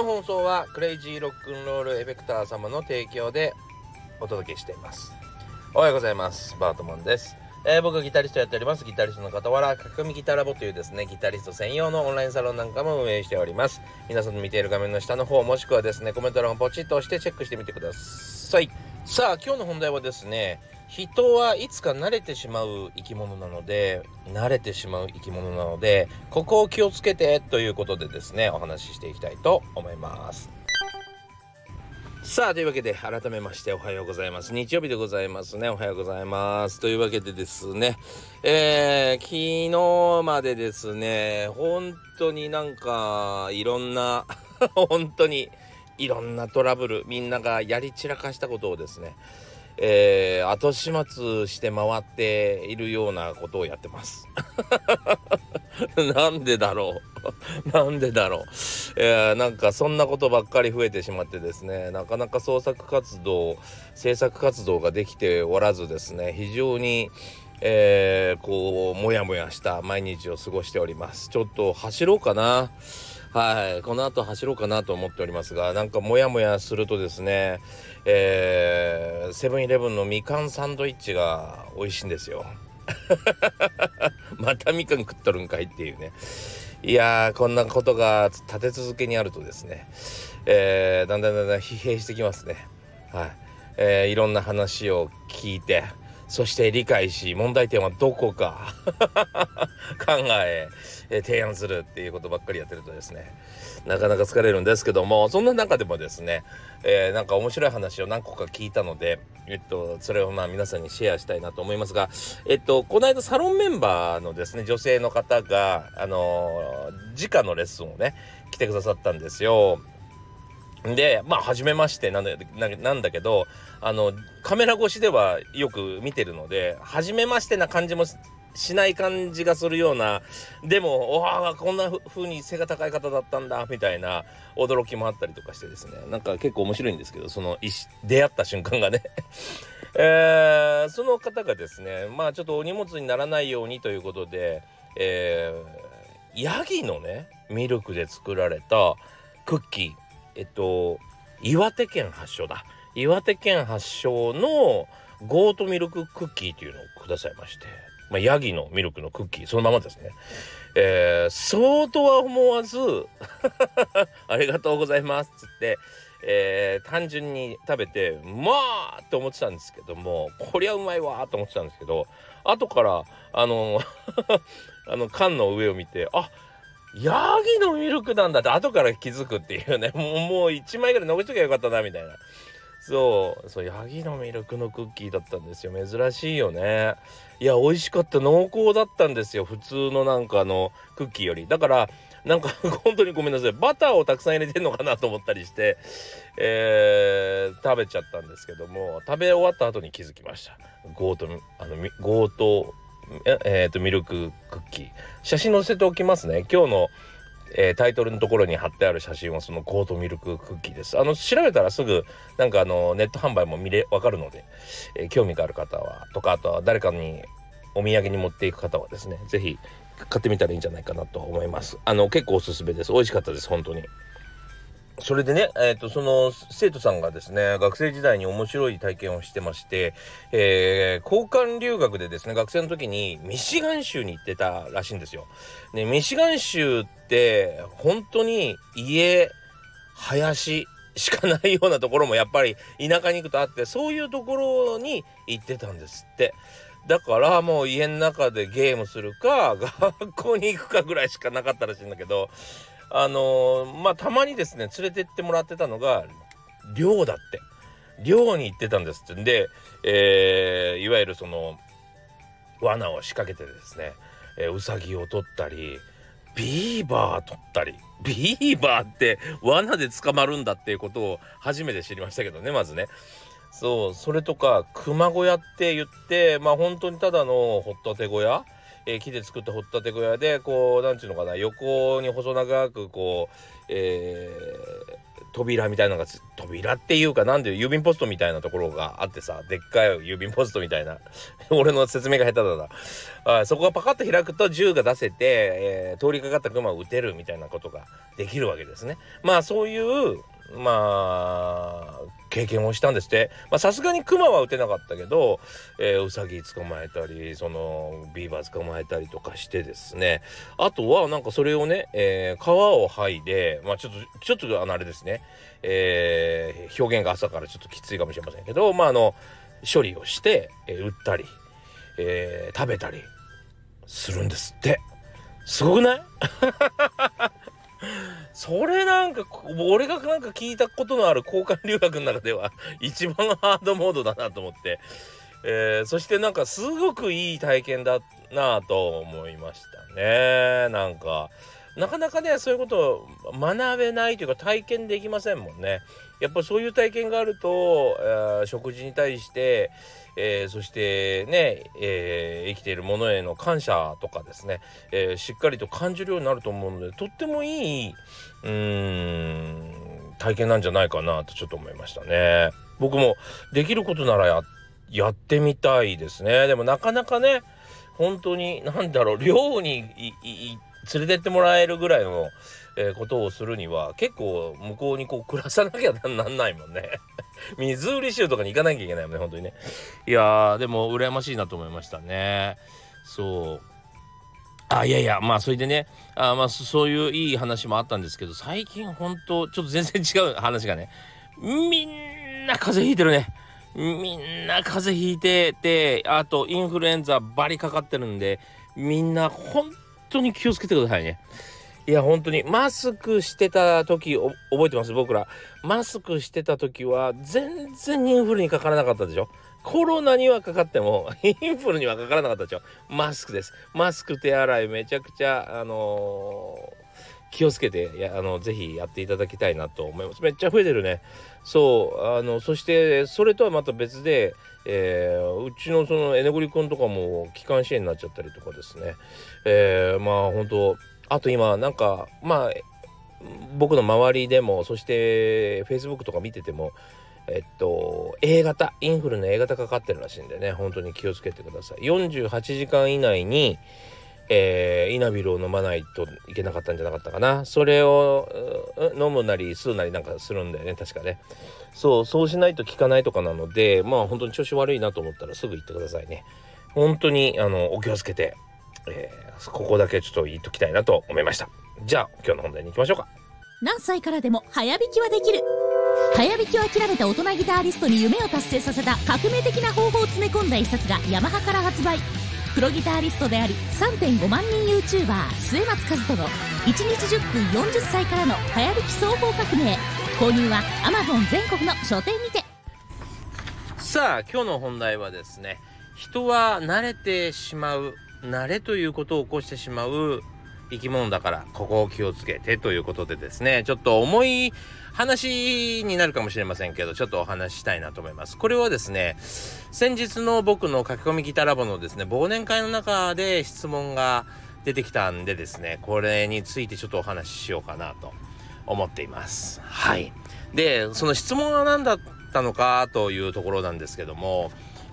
放送はクレイジーロックンロールエフェクター様の提供でお届けしています。おはようございます。バートマンです。僕はギタリストやっております。ギタリストの傍ら、かくみギタラボというですね、ギタリスト専用のオンラインサロンなんかも運営しております。皆さんの見ている画面の下の方、もしくはですね、コメント欄をポチッと押してチェックしてみてください。さあ、今日の本題はですね、人はいつか慣れてしまう生き物なので、ここを気をつけてということでですね、お話ししていきたいと思います。さあ、というわけで改めましておはようございます。日曜日でございますね。おはようございます。というわけでですね、昨日までですね、本当になんかいろんな本当にいろんなトラブル、みんながやり散らかしたことをですね、後始末して回っているようなことをやってますなんでだろうなんかそんなことばっかり増えてしまってですね、なかなか制作活動ができておらずですね、非常にもやもやした毎日を過ごしております。ちょっと走ろうかな、この後走ろうかなと思っておりますが、なんかモヤモヤするとですね、セブンイレブンのみかんサンドイッチが美味しいんですよまたみかん食っとるんかいっていうね。いやー、こんなことが立て続けにあるとですね、だんだん疲弊してきますね。いろんな話を聞いて、そして理解し、問題点はどこか考え提案するっていうことばっかりやってるとですね、なかなか疲れるんですけども、そんな中でもですね、なんか面白い話を何個か聞いたので、それを皆さんにシェアしたいなと思いますが、この間サロンメンバーのですね、女性の方が直のレッスンをね来てくださったんですよ。で初めましてなんだけど、カメラ越しではよく見てるので、初めましてな感じもしない感じがするような、でもこんな風に背が高い方だったんだみたいな驚きもあったりとかしてですね、なんか結構面白いんですけど、その出会った瞬間がねその方がですね、ちょっとお荷物にならないようにということで、ヤギのねミルクで作られたクッキー、岩手県発祥のゴートミルククッキーというのをくださいまして、ヤギのミルクのクッキーそのままですね。そうとは思わずありがとうございますっつって、単純に食べてって思ってたんですけども、こりゃうまいわと思ってたんですけど、後から缶の上を見て、ヤギのミルクなんだって後から気づくっていうね、もう1枚ぐらい残しときゃよかったなみたいな。そうヤギのミルクのクッキーだったんですよ。珍しいよね。いや美味しかった。濃厚だったんですよ、普通のクッキーより。だから本当にごめんなさい、バターをたくさん入れてんのかなと思ったりして、食べちゃったんですけども、食べ終わった後に気づきました。ゴートミルククッキー、写真載せておきますね。今日の、タイトルのところに貼ってある写真はそのゴートミルククッキーです。調べたらすぐネット販売もわかるので、興味がある方はとか、あとは誰かにお土産に持っていく方はですね、ぜひ買ってみたらいいんじゃないかなと思います。結構おすすめです。美味しかったです本当に。それでね、その生徒さんがですね、学生時代に面白い体験をしてまして、交換留学でですね、学生の時にミシガン州に行ってたらしいんですよ。ね、ミシガン州って本当に林しかないようなところもやっぱり田舎に行くとあって、そういうところに行ってたんですって。だからもう家の中でゲームするか学校に行くかぐらいしかなかったらしいんだけど、たまにですね連れてってもらってたのが漁だって。漁に行ってたんですって。で、いわゆるその罠を仕掛けてですね、ウサギを取ったりビーバー取ったり、ビーバーって罠で捕まるんだっていうことを初めて知りましたけどね。まずね、それとか熊小屋って言って、本当にただの掘ったて小屋、木で作った掘ったて小屋でなんていうのかな、横に細長く扉みたいなのが扉っていうかなんで郵便ポストみたいなところがあってさ、でっかい郵便ポストみたいな俺の説明が下手だな。そこがパカッと開くと銃が出せて、通りかかったクマを撃てるみたいなことができるわけですね。まあそういう経験をしたんですって。さすがにクマは撃てなかったけど、ウサギ捕まえたりそのビーバー捕まえたりとかしてですね、あとはなんかそれをね、皮を剥いでちょっとあれですね、表現が朝からちょっときついかもしれませんけど、処理をして、売ったり、食べたりするんですって。すごくない？それなんか俺がなんか聞いたことのある交換留学の中では一番ハードモードだなと思って、そしてなんかすごくいい体験だなと思いましたね。なんかなかなかねそういうことを学べないというか体験できませんもんね。やっぱりそういう体験があると、食事に対して、そしてね、生きているものへの感謝とかですね、しっかりと感じるようになると思うので、とってもいい体験なんじゃないかなとちょっと思いましたね。僕もできることならやってみたいですね。でもなかなかね本当に寮に連れてってもらえるぐらいの、ことをするには結構向こうにこう暮らさなきゃなんないもんねミズーリ州とかに行かなきゃいけないもんね本当にね。いやーでも羨ましいなと思いましたね。そういやそれでねそういういい話もあったんですけど、最近本当ちょっと全然違う話がね、みんな風邪ひいてるね。みんな風邪ひいてて、あとインフルエンザバリかかってるんで、みんな本当に気をつけてくださいね。いや本当にマスクしてた時覚えてます？僕らマスクしてた時は全然インフルにかからなかったでしょ。コロナにはかかってもインフルにはかからなかったでしょ。マスクです。マスク手洗いめちゃくちゃ気をつけてぜひやっていただきたいなと思います。めっちゃ増えてるね。そしてそれとはまた別で、うちのそのエネゴリ君とかも気管支炎になっちゃったりとかですね、本当あと今なんか僕の周りでも、そして Facebook とか見ててもA 型インフルの A 型かかってるらしいんでね、本当に気をつけてください。48時間以内にイナビルを飲まないといけなかったんじゃなかったかな。それを飲むなり吸うなりなんかするんだよね確かね。そうしないと効かないとかなので、本当に調子悪いなと思ったらすぐ言ってくださいね。本当にお気をつけて、ここだけちょっと言っときたいなと思いました。じゃあ今日の本題に行きましょうか。 何歳からでも早弾きはできる。早弾きを諦めた大人ギターリストに夢を達成させた革命的な方法を詰め込んだ一冊がヤマハから発売。プロギタリストであり 3.5 万人 YouTuber 末松和人の1日10分40歳からの早弾き双方革命。購入は Amazon 全国の書店にて。 さあ今日の本題はですね、人は慣れてしまう、慣れということを起こしてしまう生き物だからここを気をつけてということでですね、ちょっと重い話になるかもしれませんけどちょっとお話ししたいなと思います。これはですね、先日の僕の書き込みギターラボのですね忘年会の中で質問が出てきたんでですね、これについてちょっとお話ししようかなと思っています。はい。でその質問は何だったのかというところなんですけども、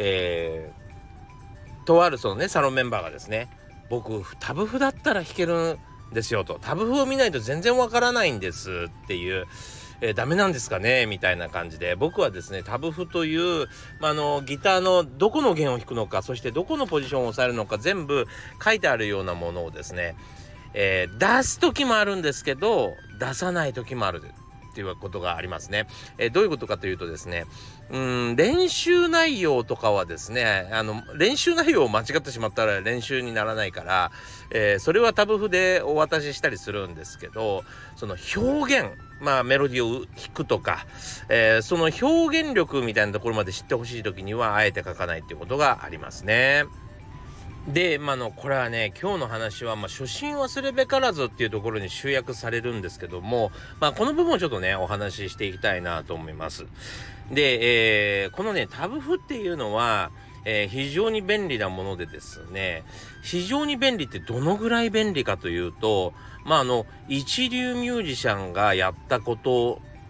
とあるそのねサロンメンバーがですね、僕タブ譜だったら弾けるんですよと、タブ譜を見ないと全然わからないんですっていう、ダメなんですかねみたいな感じで、僕はですねタブ譜という、ギターのどこの弦を弾くのか、そしてどこのポジションを押さえるのか全部書いてあるようなものをですね、出す時もあるんですけど出さない時もあるっていうことがありますね。どういうことかというとですね、練習内容とかはですね、練習内容を間違ってしまったら練習にならないから、それはタブ譜でお渡ししたりするんですけど、その表現、メロディーを弾くとか、その表現力みたいなところまで知ってほしい時にはあえて書かないっていうことがありますね。で、これはね、今日の話は、初心忘れべからずっていうところに集約されるんですけども、この部分をちょっとね、お話ししていきたいなと思います。で、このね、タブ譜っていうのは、非常に便利なものでですね、非常に便利ってどのぐらい便利かというと、一流ミュージシャンがやったこと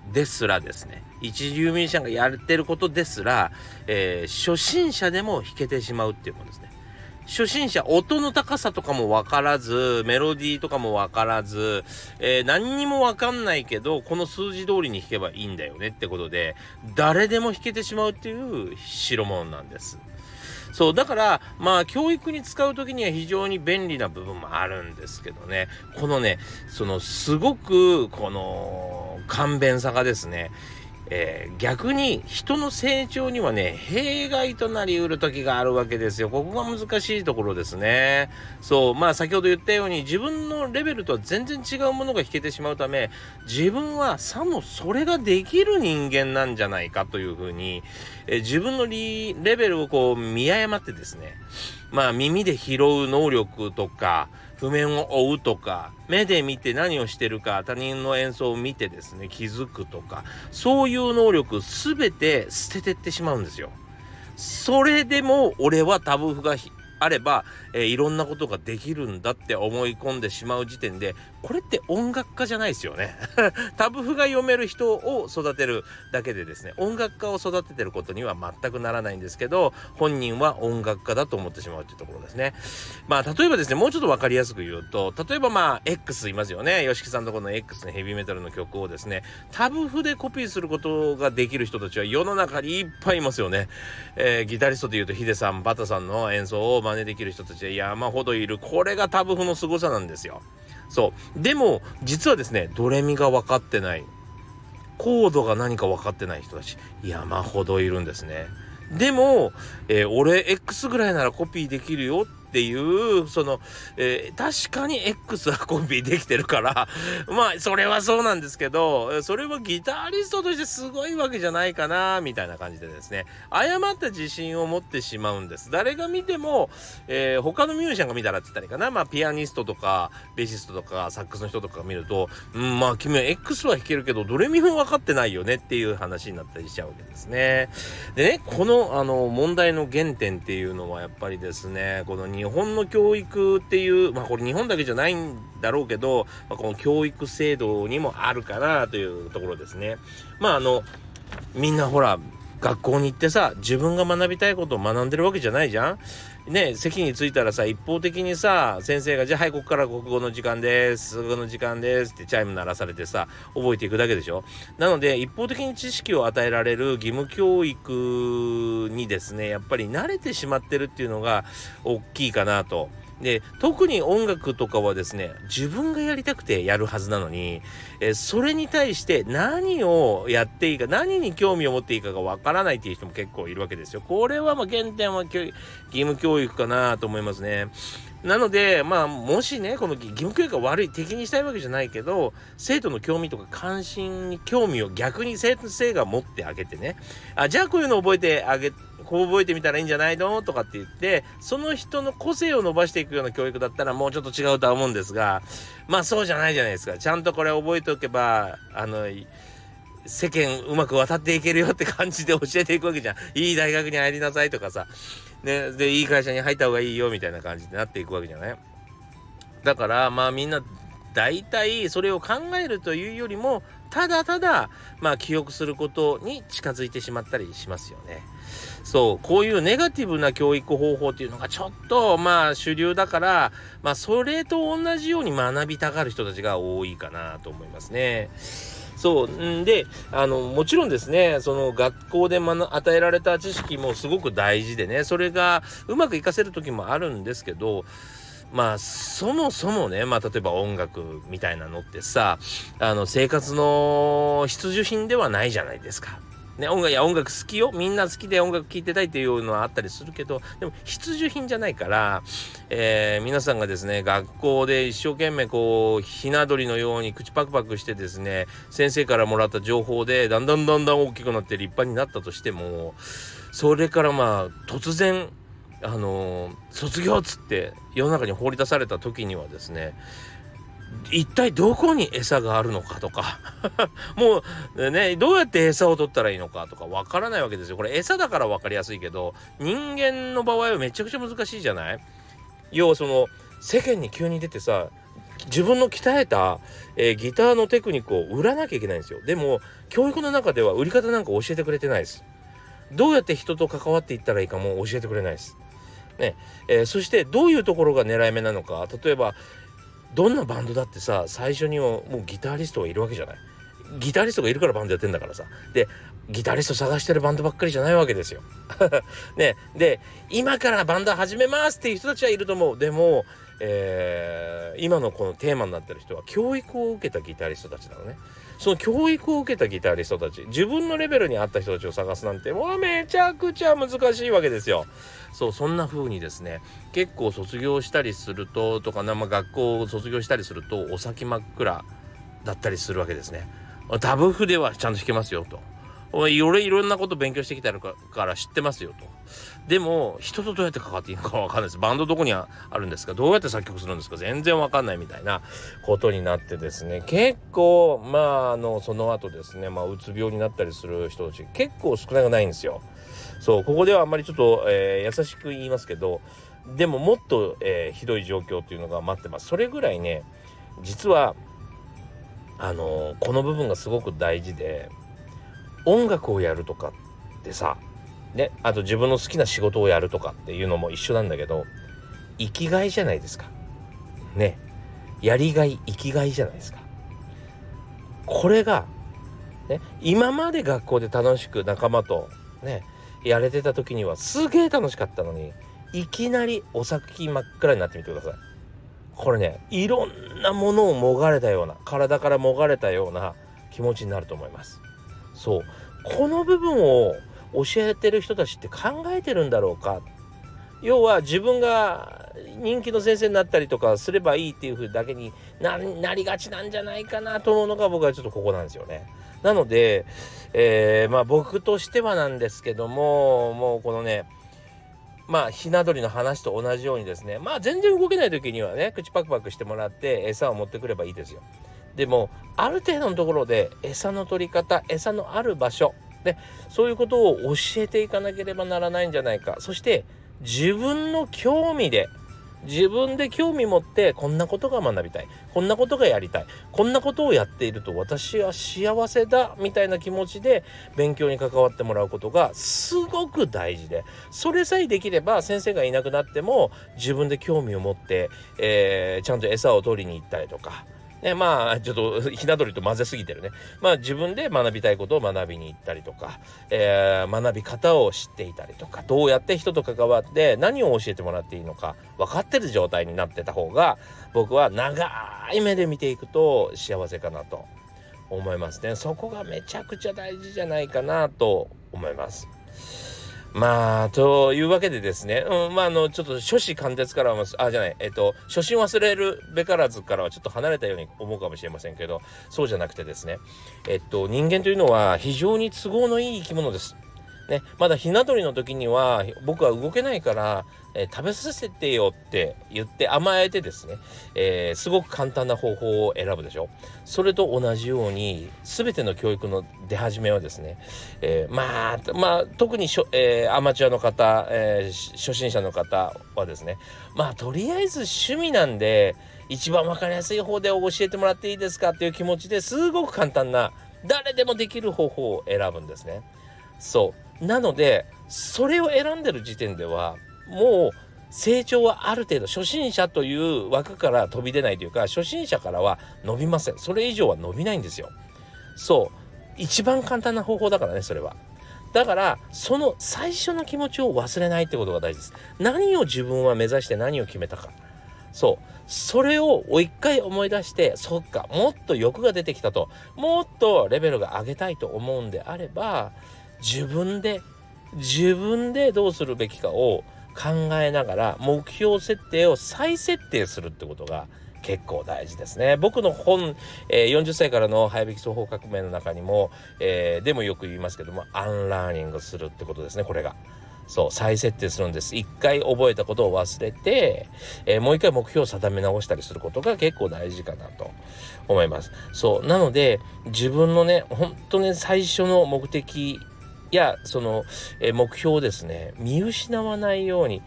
ですらですね、一流ミュージシャンがやってることですら、初心者でも弾けてしまうっていうことですね。初心者、音の高さとかも分からず、メロディーとかも分からず、何にも分かんないけど、この数字通りに弾けばいいんだよねってことで、誰でも弾けてしまうっていう代物なんです。そう、だから、まあ、教育に使うときには非常に便利な部分もあるんですけどね、このね、すごく、この、簡便さがですね、逆に人の成長にはね、弊害となりうる時があるわけですよ。ここが難しいところですね。そう、まあ先ほど言ったように自分のレベルとは全然違うものが弾けてしまうため、自分はさもそれができる人間なんじゃないかというふうに、自分のレベルをこう見誤ってですね、まあ耳で拾う能力とか、譜面を追うとか、目で見て何をしてるか、他人の演奏を見てですね、気づくとか、そういう能力すべて捨ててってしまうんですよ。それでも俺はタブ譜があれば、いろんなことができるんだって思い込んでしまう時点で、これって音楽家じゃないですよね。タブ譜が読める人を育てるだけでですね、音楽家を育ててることには全くならないんですけど、本人は音楽家だと思ってしまうというところですね。まあ例えばですね、もうちょっとわかりやすく言うと、例えばまあ X いますよね。吉木さんのところの X のヘビーメタルの曲をですね、タブ譜でコピーすることができる人たちは世の中にいっぱいいますよね。ギタリストで言うとヒデさん、バタさんの演奏を真似できる人たちは山ほどいる。これがタブ譜の凄さなんですよ。そう。でも、実はですね、ドレミが分かってない。コードが何か分かってない人たち、山ほどいるんですね。でも、俺 X ぐらいならコピーできるよっていう、確かに X はコピーできてるから、まあ、それはそうなんですけど、それはギタリストとしてすごいわけじゃないかな、みたいな感じでですね、誤った自信を持ってしまうんです。誰が見ても、他のミュージシャンが見たらって言ったらいいかな、まあ、ピアニストとか、ベーシストとか、サックスの人とかが見ると、まあ、君は X は弾けるけど、ドレミフ分かってないよねっていう話になったりしちゃうわけですね。でね、この、問題の原点っていうのはやっぱりですね、この日本の教育っていう、まあこれ日本だけじゃないんだろうけど、まあ、この教育制度にもあるかなというところですね。まあみんなほら、学校に行ってさ、自分が学びたいことを学んでるわけじゃないじゃん。ね、席に着いたらさ、一方的にさ、先生がじゃあはいここから国語の時間です国語の時間ですってチャイム鳴らされてさ、覚えていくだけでしょ。なので一方的に知識を与えられる義務教育にですね、やっぱり慣れてしまってるっていうのが大きいかなと。で、特に音楽とかはですね、自分がやりたくてやるはずなのに、それに対して何をやっていいか、何に興味を持っていいかがわからないっていう人も結構いるわけですよ。これはまあ原点は義務教育かなと思いますね。なので、まあ、もしね、この義務教育が悪い、敵にしたいわけじゃないけど、生徒の興味とか関心に興味を逆に先生が持ってあげてね、じゃあこういうの覚えてあげ、こう覚えてみたらいいんじゃないのとかって言って、その人の個性を伸ばしていくような教育だったらもうちょっと違うとは思うんですが、まあそうじゃないじゃないですか。ちゃんとこれ覚えておけば、世間うまく渡っていけるよって感じで教えていくわけじゃん。いい大学に入りなさいとかさ、ね、でいい会社に入った方がいいよみたいな感じになっていくわけじゃない。だからまあみんな大体それを考えるというよりも、ただただまあ記憶することに近づいてしまったりしますよね。そう、こういうネガティブな教育方法っていうのがちょっとまあ主流だから、まあそれと同じように学びたがる人たちが多いかなと思いますね。そうんで、もちろんですね、その学校で与えられた知識もすごく大事でね、それがうまく活かせる時もあるんですけど、まあそもそもね、まあ例えば音楽みたいなのってさ、生活の必需品ではないじゃないですか。ね、音楽好きよ。みんな好きで音楽聴いてたいっていうのはあったりするけど、でも必需品じゃないから、皆さんがですね、学校で一生懸命こう、ひな鳥のように口パクパクしてですね、先生からもらった情報でだんだん大きくなって立派になったとしても、それからまあ、突然、卒業っつって世の中に放り出された時にはですね、一体どこに餌があるのかとかもうね、どうやって餌を取ったらいいのかとかわからないわけですよ。これ餌だからわかりやすいけど、人間の場合はめちゃくちゃ難しいじゃない。要はその世間に急に出てさ、 自分の鍛えた、ギターのテクニックを売らなきゃいけないんですよ。でも教育の中では売り方なんか教えてくれてないです。どうやって人と関わっていったらいいかも教えてくれないです。ね、そしてどういうところが狙い目なのか。例えばどんなバンドだってさ、最初にはもうギタリストがいるわけじゃない。ギタリストがいるからバンドやってんだからさ。でギタリスト探してるバンドばっかりじゃないわけですよ。ね、で今からバンド始めますっていう人たちはいると思う。でも、今のこのテーマになってる人は教育を受けたギタリストたちなのね。その教育を受けたギタリストたち、自分のレベルに合った人たちを探すなんてもうめちゃくちゃ難しいわけですよ。そんな風にですね、結構卒業したりするととか、学校を卒業したりするとお先真っ暗だったりするわけですね。タブ譜ではちゃんと弾けますよと。俺いろんなこと勉強してきたから知ってますよと。でも人とどうやって関わっていいのか分かんないです。バンドどこにあるんですか、どうやって作曲するんですか、全然分かんないみたいなことになってですね、結構その後ですね、うつ病になったりする人たち結構少なくないんですよ。ここではあんまりちょっと、優しく言いますけど、でももっと、ひどい状況っていうのが待ってます。それぐらいね、実はこの部分がすごく大事で、音楽をやるとかってさね、あと自分の好きな仕事をやるとかっていうのも一緒なんだけど、生きがいじゃないですかね。やりがい、生きがいじゃないですか。これがね、今まで学校で楽しく仲間とねやれてた時にはすげえ楽しかったのに、いきなりお先真っ暗になってみてください。これね、いろんなものをもがれたような、体からもがれたような気持ちになると思います。この部分を教えてる人たちって考えてるんだろうか。要は自分が人気の先生になったりとかすればいいっていう風だけに なりがちなんじゃないかなと思うのが、僕はちょっとここなんですよね。なので、僕としてはなんですけども、もうこのね、ひな鳥の話と同じようにですね、全然動けない時にはね、口パクパクしてもらって餌を持ってくればいいですよ。でもある程度のところで餌の取り方、餌のある場所で、そういうことを教えていかなければならないんじゃないか。そして自分の興味で、自分で興味持って、こんなことが学びたい、こんなことがやりたい、こんなことをやっていると私は幸せだみたいな気持ちで勉強に関わってもらうことがすごく大事で、それさえできれば先生がいなくなっても自分で興味を持って、ちゃんと餌を取りに行ったりとかね、ちょっとひな鳥と混ぜすぎてるね。自分で学びたいことを学びに行ったりとか、学び方を知っていたりとか、どうやって人と関わって何を教えてもらっていいのか分かってる状態になってた方が、僕は長い目で見ていくと幸せかなと思いますね。そこがめちゃくちゃ大事じゃないかなと思います。というわけでですね、ちょっと初子貫徹からは初心忘れるべからずからはちょっと離れたように思うかもしれませんけど、そうじゃなくてですね、人間というのは非常に都合のいい生き物ですね。まだひな鳥の時には僕は動けないから、食べさせてよって言って甘えてですね、すごく簡単な方法を選ぶでしょ。それと同じように全ての教育の出始めはですね、特にアマチュアの方、初心者の方はですね、とりあえず趣味なんで一番わかりやすい方で教えてもらっていいですかっていう気持ちですごく簡単な誰でもできる方法を選ぶんですね。なのでそれを選んでる時点ではもう成長はある程度、初心者という枠から飛び出ないというか、初心者からは伸びません。それ以上は伸びないんですよ。一番簡単な方法だからね、それは。だからその最初の気持ちを忘れないってことが大事です。何を自分は目指して何を決めたか、それを一回思い出して、そっか、もっと欲が出てきたと、もっとレベルが上げたいと思うんであれば、自分でどうするべきかを考えながら目標設定を再設定するってことが結構大事ですね。僕の本、40歳からの早引き双方革命の中にも、でもよく言いますけども、アンラーニングするってことですね。これが再設定するんです。一回覚えたことを忘れて、もう一回目標を定め直したりすることが結構大事かなと思います。なので自分のね、本当に最初の目的や目標をですね、見失わないように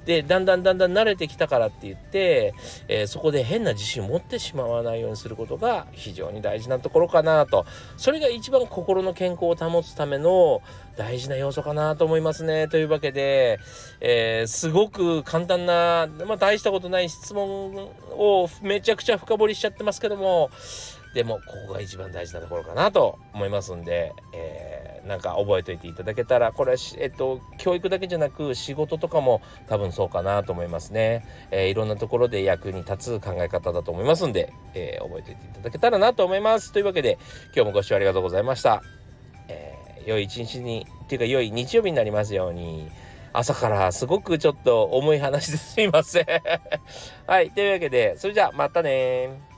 でだんだん慣れてきたからって言って、そこで変な自信を持ってしまわないようにすることが非常に大事なところかなと。それが一番心の健康を保つための大事な要素かなと思いますね。というわけで、すごく簡単な、大したことない質問をめちゃくちゃ深掘りしちゃってますけども、でもここが一番大事なところかなと思いますんで、なんか覚えておいていただけたら、これは教育だけじゃなく仕事とかも多分そうかなと思いますね。いろんなところで役に立つ考え方だと思いますんで、覚えておいていただけたらなと思います。というわけで今日もご視聴ありがとうございました。良い一日にっていうか良い日曜日になりますように。朝からすごくちょっと重い話ですいませんはい、というわけでそれじゃあまたね。